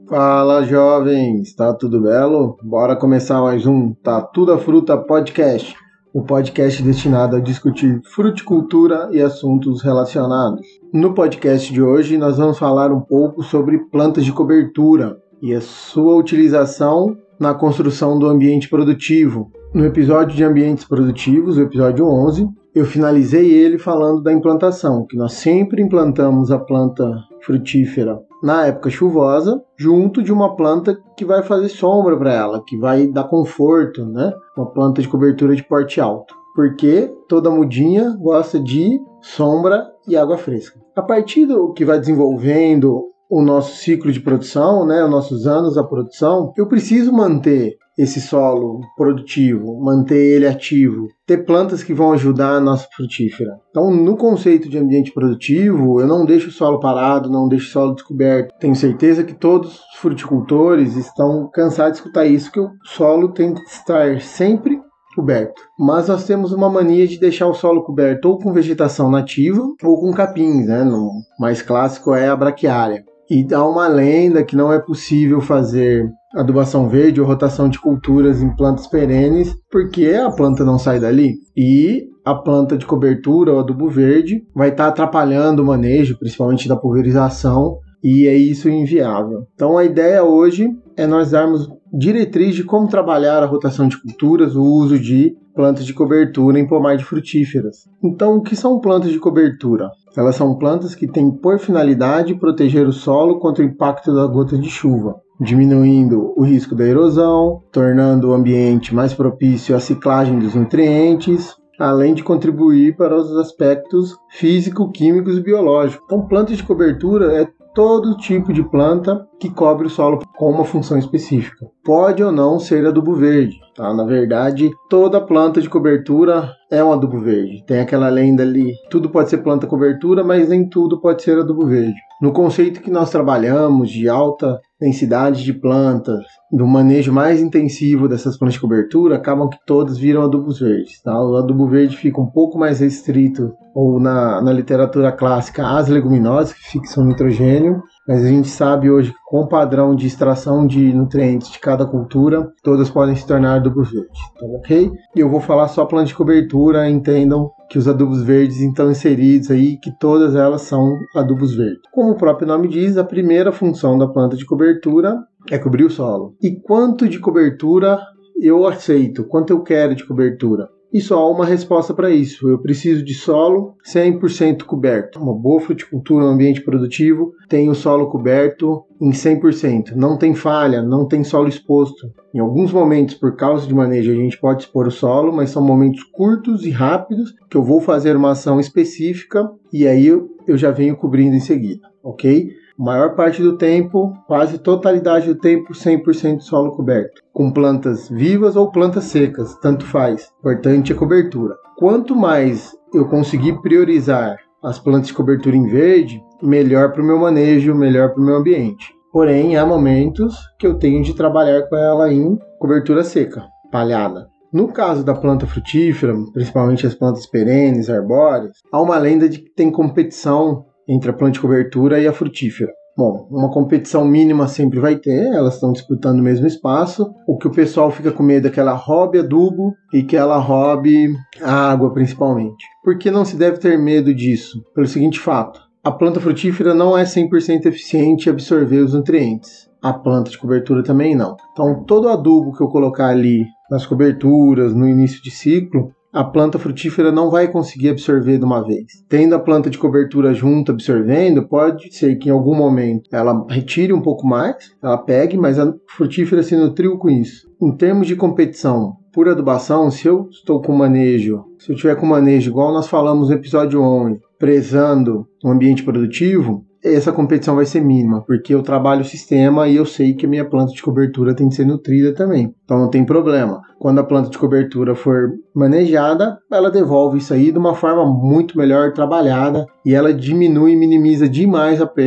Fala, jovens, tá tudo belo? Bora começar mais um Tá Tudo a Fruta Podcast, o podcast destinado a discutir fruticultura e assuntos relacionados. No podcast de hoje nós vamos falar um pouco sobre plantas de cobertura e a sua utilização na construção do ambiente produtivo. No episódio de ambientes produtivos, o episódio 11, eu finalizei ele falando da implantação, que nós sempre implantamos a planta frutífera na época chuvosa, junto de uma planta que vai fazer sombra para ela, que vai dar conforto, né? Uma planta de cobertura de porte alto. Porque toda mudinha gosta de sombra e água fresca. A partir do que vai desenvolvendo o nosso ciclo de produção, né, os nossos anos da produção, eu preciso manter esse solo produtivo, manter ele ativo, ter plantas que vão ajudar a nossa frutífera. Então, no conceito de ambiente produtivo, eu não deixo o solo parado, não deixo o solo descoberto. Tenho certeza que todos os fruticultores estão cansados de escutar isso, que o solo tem que estar sempre coberto. Mas nós temos uma mania de deixar o solo coberto ou com vegetação nativa ou com capins, né? No mais clássico é a braquiária. E há uma lenda que não é possível fazer adubação verde ou rotação de culturas em plantas perenes porque a planta não sai dali. E a planta de cobertura ou adubo verde vai estar atrapalhando o manejo, principalmente da pulverização, e é isso inviável. Então a ideia hoje é nós darmos diretriz de como trabalhar a rotação de culturas, o uso de plantas de cobertura em pomar de frutíferas. Então, o que são plantas de cobertura? Elas são plantas que têm por finalidade proteger o solo contra o impacto das gotas de chuva, diminuindo o risco da erosão, tornando o ambiente mais propício à ciclagem dos nutrientes, além de contribuir para os aspectos físico, químicos e biológicos. Então, plantas de cobertura é todo tipo de planta que cobre o solo com uma função específica. Pode ou não ser adubo verde, tá? Na verdade, toda planta de cobertura é um adubo verde. Tem aquela lenda ali, tudo pode ser planta cobertura, mas nem tudo pode ser adubo verde. No conceito que nós trabalhamos de alta densidade de plantas, do manejo mais intensivo dessas plantas de cobertura, acabam que todas viram adubos verdes, tá? O adubo verde fica um pouco mais restrito, ou na literatura clássica, às leguminosas, que fixam nitrogênio, mas a gente sabe hoje que com o padrão de extração de nutrientes de cada cultura, todas podem se tornar adubos verdes, tá ok? E eu vou falar só planta de cobertura, entendam que os adubos verdes estão inseridos aí, que todas elas são adubos verdes. Como o próprio nome diz, a primeira função da planta de cobertura é cobrir o solo. E quanto de cobertura eu aceito? Quanto eu quero de cobertura? E só há uma resposta para isso. Eu preciso de solo 100% coberto. Uma boa fruticultura, um ambiente produtivo, tem o solo coberto em 100%. Não tem falha, não tem solo exposto. Em alguns momentos, por causa de manejo, a gente pode expor o solo, mas são momentos curtos e rápidos que eu vou fazer uma ação específica e aí eu já venho cobrindo em seguida, ok? Maior parte do tempo, quase totalidade do tempo, 100% de solo coberto. Com plantas vivas ou plantas secas, tanto faz. Importante é a cobertura. Quanto mais eu conseguir priorizar as plantas de cobertura em verde, melhor para o meu manejo, melhor para o meu ambiente. Porém, há momentos que eu tenho de trabalhar com ela em cobertura seca, palhada. No caso da planta frutífera, principalmente as plantas perenes, arbóreas, há uma lenda de que tem competição entre a planta de cobertura e a frutífera. Bom, uma competição mínima sempre vai ter, elas estão disputando o mesmo espaço. O que o pessoal fica com medo é que ela roube adubo e que ela roube a água, principalmente. Por que não se deve ter medo disso? Pelo seguinte fato: a planta frutífera não é 100% eficiente em absorver os nutrientes. A planta de cobertura também não. Então, todo adubo que eu colocar ali nas coberturas, no início de ciclo, a planta frutífera não vai conseguir absorver de uma vez. Tendo a planta de cobertura junto absorvendo, pode ser que em algum momento ela retire um pouco mais, ela pegue, mas a frutífera se nutriu com isso. Em termos de competição por adubação, se eu estou com manejo, se eu tiver com manejo igual nós falamos no episódio 11, prezando o ambiente produtivo, essa competição vai ser mínima, porque eu trabalho o sistema e eu sei que a minha planta de cobertura tem que ser nutrida também. Então não tem problema. Quando a planta de cobertura for manejada, ela devolve isso aí de uma forma muito melhor trabalhada e ela diminui e minimiza demais a perda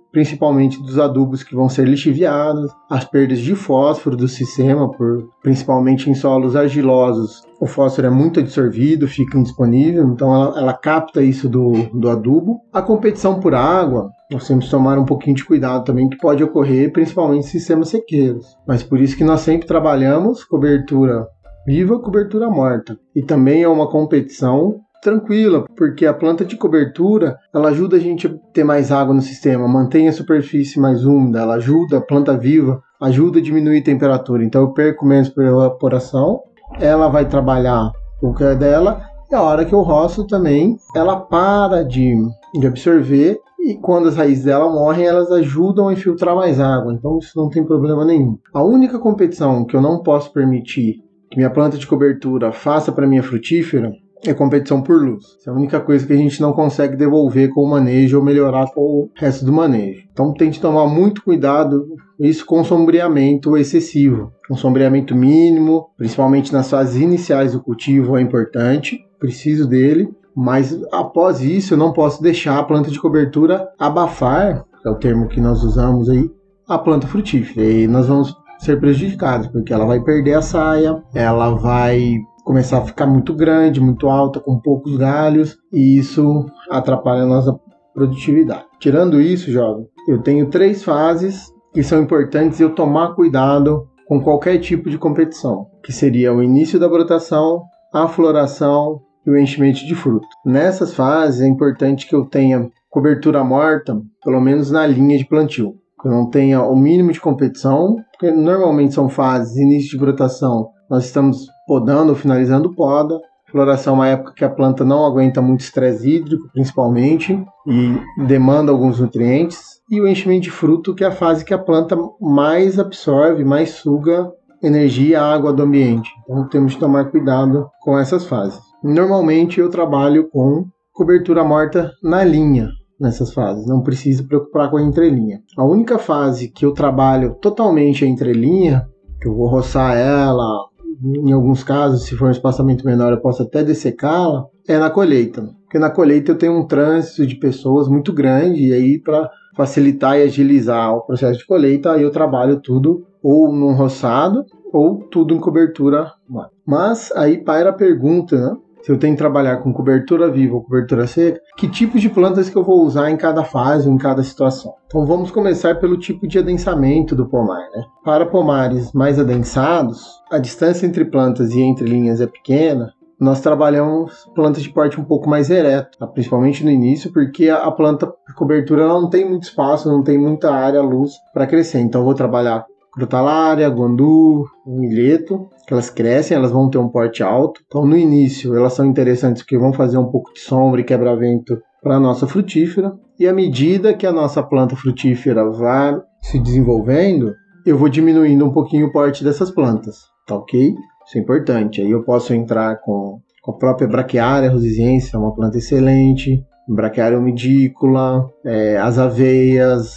principalmente dos adubos que vão ser lixiviados, as perdas de fósforo do sistema, principalmente em solos argilosos. O fósforo é muito absorvido, fica indisponível, então ela capta isso do adubo. A competição por água, nós temos que tomar um pouquinho de cuidado também, que pode ocorrer principalmente em sistemas sequeiros. Mas por isso que nós sempre trabalhamos cobertura viva, cobertura morta. E também é uma competição tranquila, porque a planta de cobertura, ela ajuda a gente a ter mais água no sistema, mantém a superfície mais úmida, ela ajuda a planta viva, ajuda a diminuir a temperatura. Então eu perco menos por evaporação, ela vai trabalhar o que é dela, e a hora que eu roço também, ela para de absorver, e quando as raízes dela morrem, elas ajudam a infiltrar mais água, então isso não tem problema nenhum. A única competição que eu não posso permitir que minha planta de cobertura faça para minha frutífera é competição por luz. Essa é a única coisa que a gente não consegue devolver com o manejo ou melhorar com o resto do manejo. Então tente tomar muito cuidado, isso com sombreamento excessivo. Um sombreamento mínimo, principalmente nas fases iniciais do cultivo, é importante, preciso dele. Mas após isso eu não posso deixar a planta de cobertura abafar, que é o termo que nós usamos aí, a planta frutífera. E nós vamos ser prejudicados, porque ela vai perder a saia, ela vai começar a ficar muito grande, muito alta, com poucos galhos, e isso atrapalha a nossa produtividade. Tirando isso, jovem, eu tenho 3 fases que são importantes eu tomar cuidado com qualquer tipo de competição, que seria o início da brotação, a floração e o enchimento de fruto. Nessas fases é importante que eu tenha cobertura morta, pelo menos na linha de plantio, que eu não tenha o mínimo de competição, porque normalmente são fases, início de brotação, nós estamos podando ou finalizando poda. Floração é uma época que a planta não aguenta muito estresse hídrico, principalmente, e demanda alguns nutrientes. E o enchimento de fruto, que é a fase que a planta mais absorve, mais suga energia e água do ambiente. Então temos que tomar cuidado com essas fases. Normalmente eu trabalho com cobertura morta na linha nessas fases, não preciso preocupar com a entrelinha. A única fase que eu trabalho totalmente a entrelinha, que eu vou roçar ela, em alguns casos, se for um espaçamento menor, eu posso até dessecá-la, é na colheita. Porque na colheita eu tenho um trânsito de pessoas muito grande, e aí para facilitar e agilizar o processo de colheita, aí eu trabalho tudo ou num roçado, ou tudo em cobertura. Mas aí paira a pergunta, né? Se eu tenho que trabalhar com cobertura viva ou cobertura seca, que tipo de plantas que eu vou usar em cada fase ou em cada situação? Então vamos começar pelo tipo de adensamento do pomar, né? Para pomares mais adensados, a distância entre plantas e entre linhas é pequena, nós trabalhamos plantas de porte um pouco mais ereto, principalmente no início, porque a planta de cobertura ela não tem muito espaço, não tem muita área, luz para crescer. Então eu vou trabalhar crutalária, guandu, milheto, que elas crescem, elas vão ter um porte alto. Então no início elas são interessantes porque vão fazer um pouco de sombra e quebra-vento para a nossa frutífera. E à medida que a nossa planta frutífera vai se desenvolvendo, eu vou diminuindo um pouquinho o porte dessas plantas, tá ok? Isso é importante. Aí eu posso entrar com a própria Braquiária rosiziense, é uma planta excelente, Braquiária umidícola, as aveias,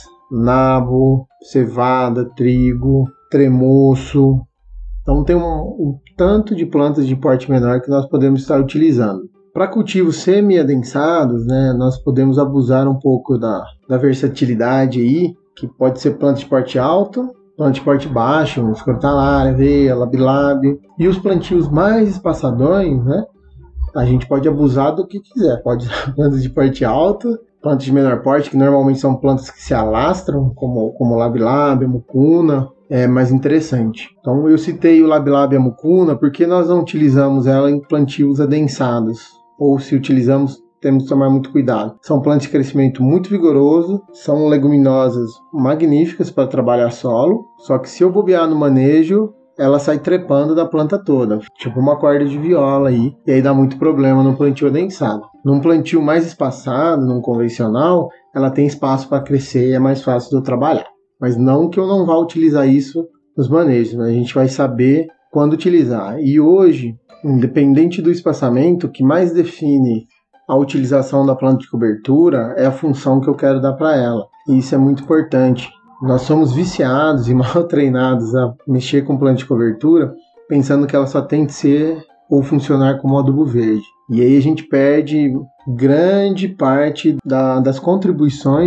nabo, cevada, trigo, tremoço. Então tem um tanto de plantas de porte menor que nós podemos estar utilizando. Para cultivos semi-adensados, né, nós podemos abusar um pouco da versatilidade aí, que pode ser planta de porte alto, planta de porte baixo, crutalária, aveia, labilab. E os plantios mais espaçadões, né, a gente pode abusar do que quiser. Pode usar plantas de porte alto, plantas de menor porte, que normalmente são plantas que se alastram, como labilab, mucuna, é mais interessante. Então eu citei o labilab e a mucuna porque nós não utilizamos ela em plantios adensados, ou se utilizamos, temos que tomar muito cuidado. São plantas de crescimento muito vigoroso, são leguminosas magníficas para trabalhar solo, só que se eu bobear no manejo, ela sai trepando da planta toda, tipo uma corda de viola aí, e aí dá muito problema no plantio adensado. Num plantio mais espaçado, num convencional, ela tem espaço para crescer e é mais fácil de eu trabalhar. Mas não que eu não vá utilizar isso nos manejos, né? A gente vai saber quando utilizar. E hoje, independente do espaçamento, o que mais define a utilização da planta de cobertura é a função que eu quero dar para ela. E isso é muito importante. Nós somos viciados e mal treinados a mexer com planta de cobertura, pensando que ela só tem que ser ou funcionar como adubo verde. E aí a gente perde grande parte das contribuições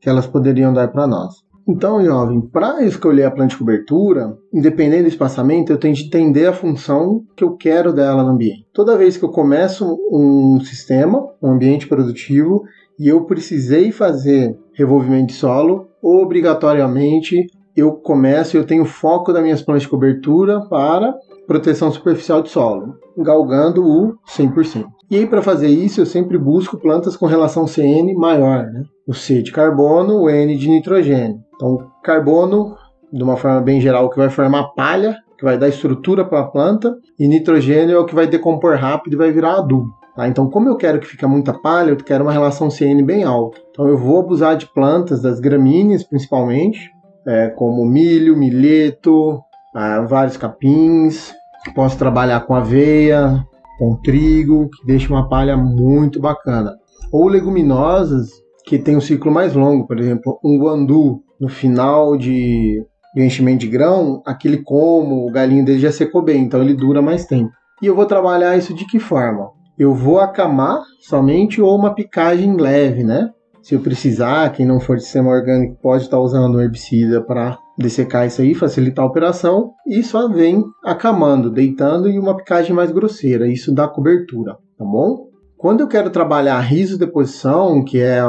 que elas poderiam dar para nós. Então, jovem, para escolher a planta de cobertura, independente do espaçamento, eu tenho de entender a função que eu quero dela no ambiente. Toda vez que eu começo um sistema, um ambiente produtivo, e eu precisei fazer revolvimento de solo, obrigatoriamente eu tenho foco das minhas plantas de cobertura para proteção superficial de solo, galgando o 100%. E aí, para fazer isso, eu sempre busco plantas com relação CN maior, né? O C de carbono, o N de nitrogênio. Então, carbono, de uma forma bem geral, que vai formar palha, que vai dar estrutura para a planta, e nitrogênio é o que vai decompor rápido e vai virar adubo. Tá? Então, como eu quero que fique muita palha, eu quero uma relação CN bem alta. Então, eu vou abusar de plantas, das gramíneas principalmente, como milho, milheto, vários capins. Posso trabalhar com aveia, com trigo, que deixa uma palha muito bacana. Ou leguminosas, que tem um ciclo mais longo, por exemplo, um guandu, no final de enchimento de grão, o galinho dele já secou bem, então ele dura mais tempo. E eu vou trabalhar isso de que forma? Eu vou acamar somente ou uma picagem leve, né? Se eu precisar, quem não for de sistema orgânico pode estar usando um herbicida para dessecar isso aí, facilitar a operação, e só vem acamando, deitando e uma picagem mais grosseira, isso dá cobertura, tá bom? Quando eu quero trabalhar risodeposição, que é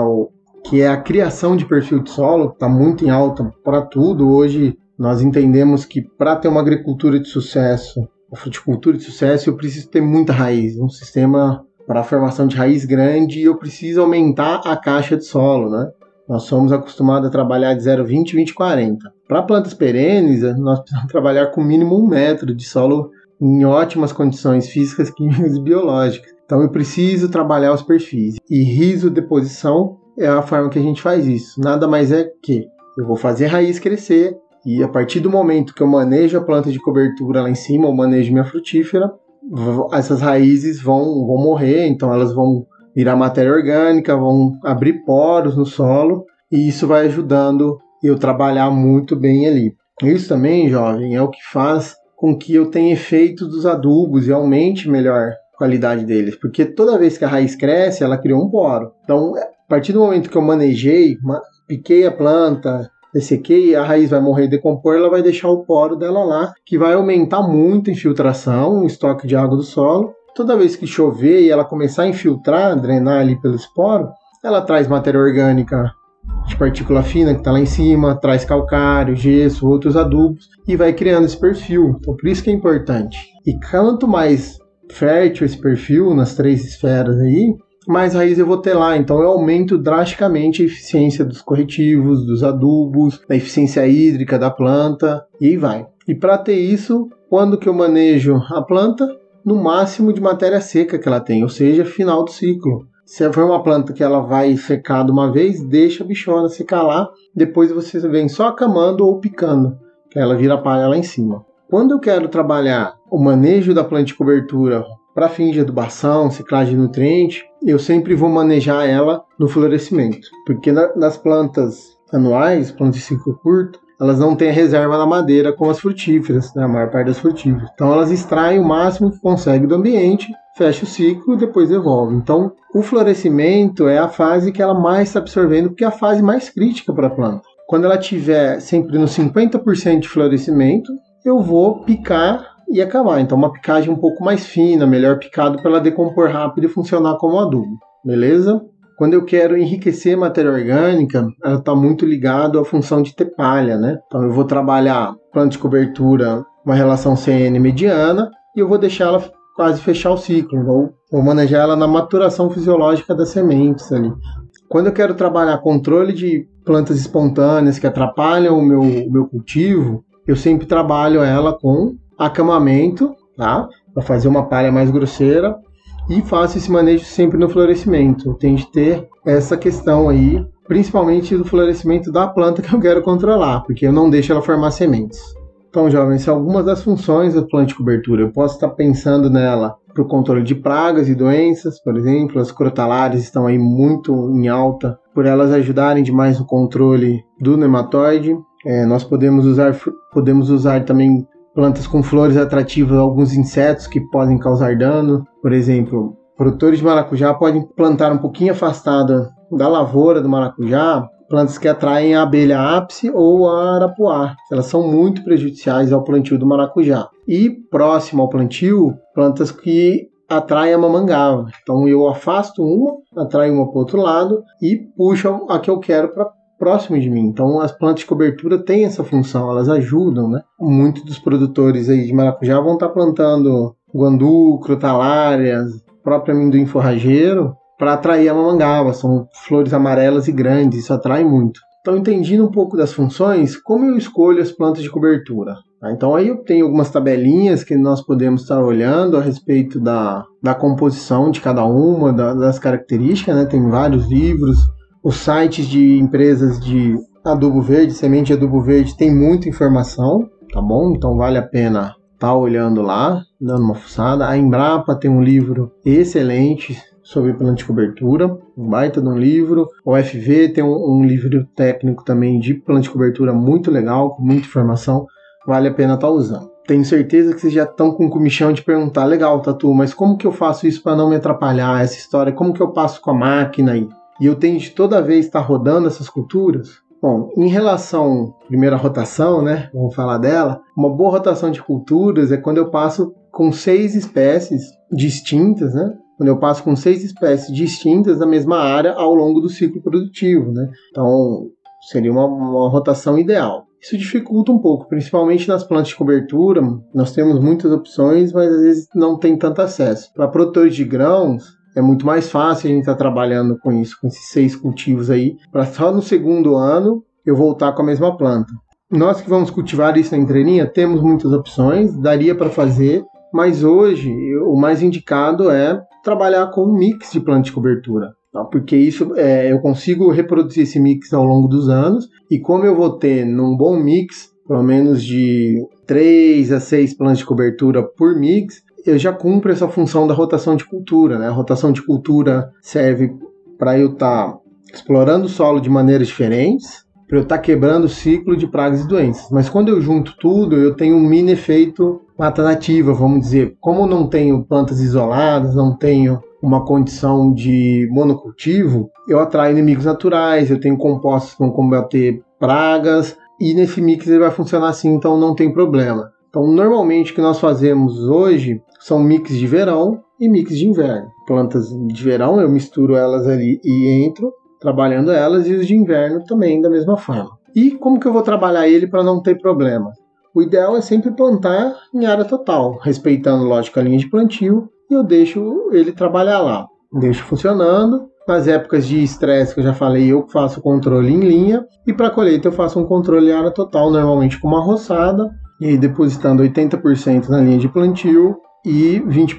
a criação de perfil de solo, que está muito em alta para tudo, hoje nós entendemos que para ter uma agricultura de sucesso, uma fruticultura de sucesso, eu preciso ter muita raiz, um sistema para a formação de raiz grande, e eu preciso aumentar a caixa de solo, né? Nós somos acostumados a trabalhar de 0,20, 20, 40. Para plantas perenes, nós precisamos trabalhar com mínimo 1 metro de solo em ótimas condições físicas, químicas e biológicas. Então eu preciso trabalhar os perfis. E risodeposição é a forma que a gente faz isso. Nada mais é que eu vou fazer a raiz crescer, e a partir do momento que eu manejo a planta de cobertura lá em cima, eu manejo minha frutífera, essas raízes vão morrer, então elas vão virar matéria orgânica, vão abrir poros no solo, e isso vai ajudando eu trabalhar muito bem ali. Isso também, jovem, é o que faz com que eu tenha efeitos dos adubos e aumente melhor a qualidade deles, porque toda vez que a raiz cresce, ela criou um poro. Então, a partir do momento que eu manejei, piquei a planta, dessequei, a raiz vai morrer e decompor, ela vai deixar o poro dela lá, que vai aumentar muito a infiltração, o estoque de água do solo. Toda vez que chover e ela começar a infiltrar, drenar ali pelo esporo, ela traz matéria orgânica de partícula fina que está lá em cima, traz calcário, gesso, outros adubos, e vai criando esse perfil. Então, por isso que é importante. E quanto mais fértil esse perfil, nas 3 esferas aí, mais raiz eu vou ter lá. Então eu aumento drasticamente a eficiência dos corretivos, dos adubos, a eficiência hídrica da planta, e aí vai. E para ter isso, quando que eu manejo a planta? No máximo de matéria seca que ela tem, ou seja, final do ciclo. Se for uma planta que ela vai secar de uma vez, deixa a bichona secar lá, depois você vem só acamando ou picando, que ela vira palha lá em cima. Quando eu quero trabalhar o manejo da planta de cobertura para fins de adubação, ciclagem de nutriente, eu sempre vou manejar ela no florescimento, porque nas plantas anuais, plantas de ciclo curto, elas não têm reserva na madeira como as frutíferas, né? A maior parte das frutíferas. Então elas extraem o máximo que conseguem do ambiente, fecha o ciclo e depois devolve. Então o florescimento é a fase que ela mais está absorvendo, porque é a fase mais crítica para a planta. Quando ela tiver sempre no 50% de florescimento, eu vou picar e acamar. Então uma picagem um pouco mais fina, melhor picado para ela decompor rápido e funcionar como adubo. Beleza? Quando eu quero enriquecer matéria orgânica, ela está muito ligada à função de ter palha, né? Então eu vou trabalhar planta de cobertura, uma relação CN mediana, e eu vou deixar ela quase fechar o ciclo. Vou manejar ela na maturação fisiológica das sementes ali. Quando eu quero trabalhar controle de plantas espontâneas que atrapalham o meu cultivo, eu sempre trabalho ela com acamamento, tá? Para fazer uma palha mais grosseira. E faço esse manejo sempre no florescimento. Eu tenho de ter essa questão aí, principalmente do florescimento da planta que eu quero controlar, porque eu não deixo ela formar sementes. Então, jovens, são algumas das funções da planta de cobertura. Eu posso estar pensando nela para o controle de pragas e doenças, por exemplo. As crotalares estão aí muito em alta, por elas ajudarem demais no controle do nematóide. Nós podemos usar também plantas com flores atrativas a alguns insetos que podem causar dano. Por exemplo, produtores de maracujá podem plantar um pouquinho afastada da lavoura do maracujá plantas que atraem a abelha ápice ou a arapuá. Elas são muito prejudiciais ao plantio do maracujá. E próximo ao plantio, plantas que atraem a mamangava. Então eu afasto uma, atraio uma para o outro lado e puxo a que eu quero para próximo de mim. Então as plantas de cobertura têm essa função, elas ajudam, né? Muitos dos produtores aí de maracujá vão estar plantando guandu, crotalárias, próprio amendoim forrageiro, para atrair a mamangava. São flores amarelas e grandes, isso atrai muito. Então, entendendo um pouco das funções, como eu escolho as plantas de cobertura? Então, aí eu tenho algumas tabelinhas que nós podemos estar olhando a respeito da composição de cada uma, das características, né? Tem vários livros, os sites de empresas de adubo verde, semente de adubo verde, tem muita informação, tá bom? Então, vale a pena estar olhando lá, dando uma fuçada. A Embrapa tem um livro excelente sobre planta de cobertura, um baita de um livro. O FV tem um livro técnico também de planta de cobertura muito legal, com muita informação, vale a pena estar usando. Tenho certeza que vocês já estão com comichão de perguntar, legal, Tatu, mas como que eu faço isso para não me atrapalhar, essa história, como que eu passo com a máquina aí? E eu tenho de toda vez estar rodando essas culturas? Bom, em relação à primeira rotação, né, vamos falar dela, uma boa rotação de culturas é quando eu passo com 6 espécies distintas, né? Quando eu passo com 6 espécies distintas na mesma área ao longo do ciclo produtivo, né? Então, seria uma rotação ideal. Isso dificulta um pouco, principalmente nas plantas de cobertura. Nós temos muitas opções, mas às vezes não tem tanto acesso. Para produtores de grãos, é muito mais fácil a gente estar trabalhando com isso, com esses 6 cultivos aí, para só no segundo ano eu voltar com a mesma planta. Nós que vamos cultivar isso na entrelinha, temos muitas opções, daria para fazer, mas hoje o mais indicado é trabalhar com um mix de planta de cobertura, tá? Porque isso eu consigo reproduzir esse mix ao longo dos anos, e como eu vou ter num bom mix, pelo menos de 3 a 6 plantas de cobertura por mix, eu já cumpro essa função da rotação de cultura, né? A rotação de cultura serve para eu estar explorando o solo de maneiras diferentes, para eu estar quebrando o ciclo de pragas e doenças. Mas quando eu junto tudo, eu tenho um mini efeito mata nativa, vamos dizer. Como não tenho plantas isoladas, não tenho uma condição de monocultivo, eu atraio inimigos naturais, eu tenho compostos que vão combater pragas, e nesse mix ele vai funcionar assim, então não tem problema. Então, normalmente o que nós fazemos hoje são mix de verão e mix de inverno. Plantas de verão eu misturo elas ali e entro trabalhando elas, e os de inverno também da mesma forma. E como que eu vou trabalhar ele para não ter problema? O ideal é sempre plantar em área total, respeitando, lógico, a linha de plantio, e eu deixo ele trabalhar lá. Deixo funcionando. Nas épocas de estresse que eu já falei, eu faço o controle em linha, e para colheita eu faço um controle em área total, normalmente com uma roçada, e aí depositando 80% na linha de plantio e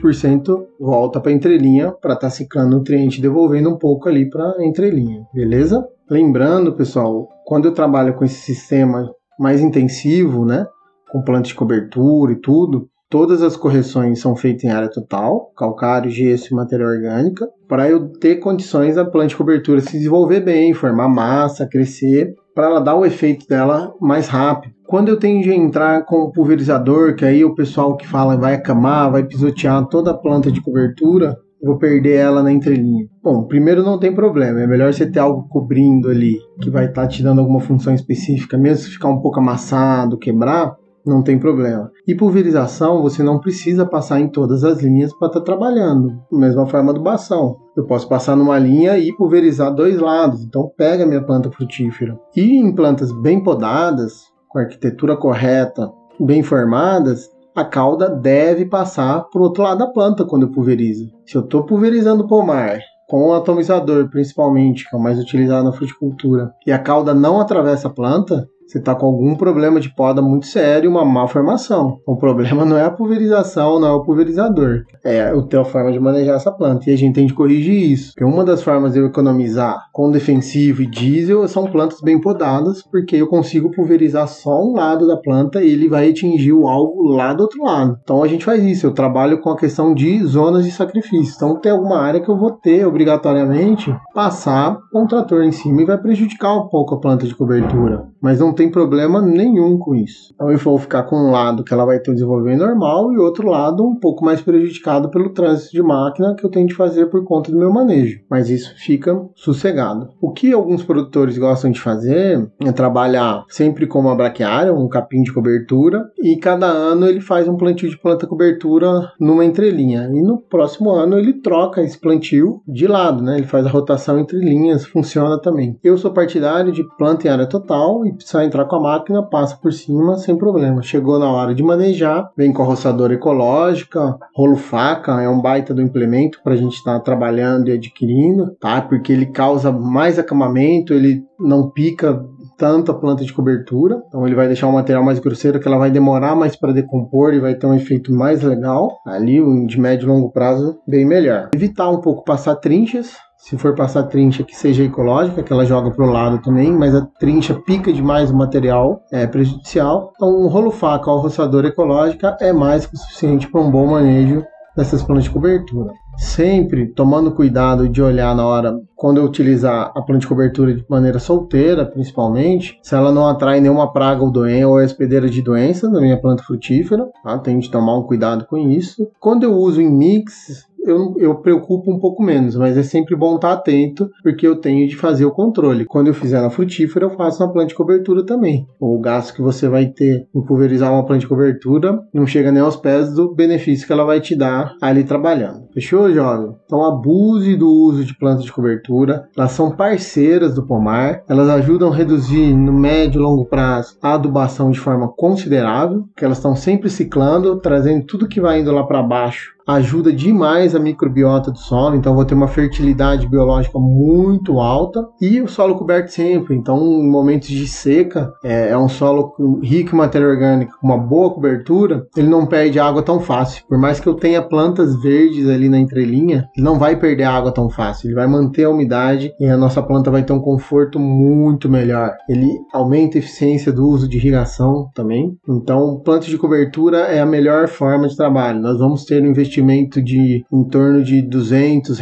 20% volta para a entrelinha para estar ciclando nutriente, devolvendo um pouco ali para a entrelinha, beleza? Lembrando, pessoal, quando eu trabalho com esse sistema mais intensivo, né, com planta de cobertura e tudo, todas as correções são feitas em área total, calcário, gesso e matéria orgânica, para eu ter condições da planta de cobertura se desenvolver bem, formar massa, crescer, para ela dar o efeito dela mais rápido. Quando eu tenho de entrar com o pulverizador, que aí o pessoal que fala vai acamar, vai pisotear toda a planta de cobertura, eu vou perder ela na entrelinha. Bom, primeiro não tem problema, é melhor você ter algo cobrindo ali, que vai estar te dando alguma função específica, mesmo se ficar um pouco amassado, quebrar, não tem problema. E pulverização, você não precisa passar em todas as linhas para estar trabalhando. Da mesma forma do bação. Eu posso passar numa linha e pulverizar 2 lados. Então pega a minha planta frutífera. E em plantas bem podadas, com a arquitetura correta, bem formadas, a cauda deve passar para o outro lado da planta quando eu pulverizo. Se eu estou pulverizando o pomar, com o atomizador principalmente, que é o mais utilizado na fruticultura, e a cauda não atravessa a planta, você está com algum problema de poda muito sério, uma malformação. O problema não é a pulverização, não é o pulverizador. É a tua forma de manejar essa planta. E a gente tem de corrigir isso. Porque uma das formas de eu economizar com defensivo e diesel são plantas bem podadas, porque eu consigo pulverizar só um lado da planta e ele vai atingir o alvo lá do outro lado. Então a gente faz isso. Eu trabalho com a questão de zonas de sacrifício. Então tem alguma área que eu vou ter obrigatoriamente passar com o trator em cima e vai prejudicar um pouco a planta de cobertura. Mas não não tem problema nenhum com isso. Então eu vou ficar com um lado que ela vai ter um desenvolvimento normal e outro lado um pouco mais prejudicado pelo trânsito de máquina que eu tenho de fazer por conta do meu manejo. Mas isso fica sossegado. O que alguns produtores gostam de fazer é trabalhar sempre com uma braquiária, um capim de cobertura, e cada ano ele faz um plantio de planta cobertura numa entrelinha. E no próximo ano ele troca esse plantio de lado, né? Ele faz a rotação entre linhas, funciona também. Eu sou partidário de planta em área total e precisa entrar com a máquina, passa por cima sem problema. Chegou na hora de manejar, vem com a roçadora ecológica, rolo faca, é um baita do implemento para a gente estar trabalhando e adquirindo, tá? Porque ele causa mais acamamento, ele não pica tanto a planta de cobertura, então ele vai deixar um material mais grosseiro que ela vai demorar mais para decompor e vai ter um efeito mais legal. Ali, de médio e longo prazo, bem melhor. Evitar um pouco passar trinchas. Se for passar trincha que seja ecológica, que ela joga para o lado também, mas a trincha pica demais o material, é prejudicial. Então um rolo faca ou roçadora ecológica é mais que o suficiente para um bom manejo dessas plantas de cobertura. Sempre tomando cuidado de olhar na hora, quando eu utilizar a planta de cobertura de maneira solteira, principalmente, se ela não atrai nenhuma praga ou doença ou hospedeira de doença na minha planta frutífera, tá? Tem de tomar um cuidado com isso. Quando eu uso em mix, eu preocupo um pouco menos, mas é sempre bom estar atento, porque eu tenho de fazer o controle. Quando eu fizer na frutífera, eu faço na planta de cobertura também. O gasto que você vai ter em pulverizar uma planta de cobertura não chega nem aos pés do benefício que ela vai te dar ali trabalhando. Fechou, jovem? Então abuse do uso de plantas de cobertura. Elas são parceiras do pomar. Elas ajudam a reduzir no médio e longo prazo a adubação de forma considerável, porque elas estão sempre ciclando, trazendo tudo que vai indo lá para baixo. Ajuda demais a microbiota do solo, então vou ter uma fertilidade biológica muito alta e o solo coberto sempre. Então, em momentos de seca, é um solo rico em matéria orgânica, com uma boa cobertura, ele não perde água tão fácil. Por mais que eu tenha plantas verdes ali na entrelinha, ele não vai perder água tão fácil, ele vai manter a umidade e a nossa planta vai ter um conforto muito melhor. Ele aumenta a eficiência do uso de irrigação também. Então, plantas de cobertura é a melhor forma de trabalho. Nós vamos ter um investimento de em torno de R$200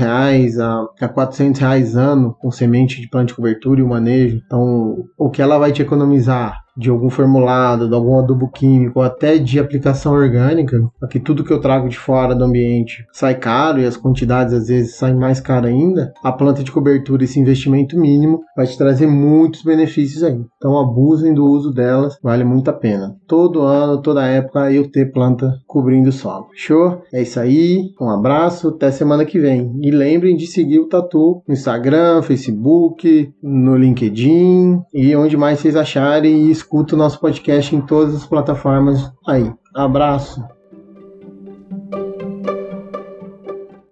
a R$400 ano com semente de planta de cobertura e o manejo. Então, o que ela vai te economizar de algum formulado, de algum adubo químico, ou até de aplicação orgânica, porque tudo que eu trago de fora do ambiente sai caro e as quantidades às vezes saem mais caras ainda, a planta de cobertura, esse investimento mínimo, vai te trazer muitos benefícios aí. Então abusem do uso delas, vale muito a pena. Todo ano, toda época, eu ter planta cobrindo o solo. Show? É isso aí, um abraço, até semana que vem. E lembrem de seguir o Tatu no Instagram, Facebook, no LinkedIn e onde mais vocês acharem, e escuta o nosso podcast em todas as plataformas aí. Abraço!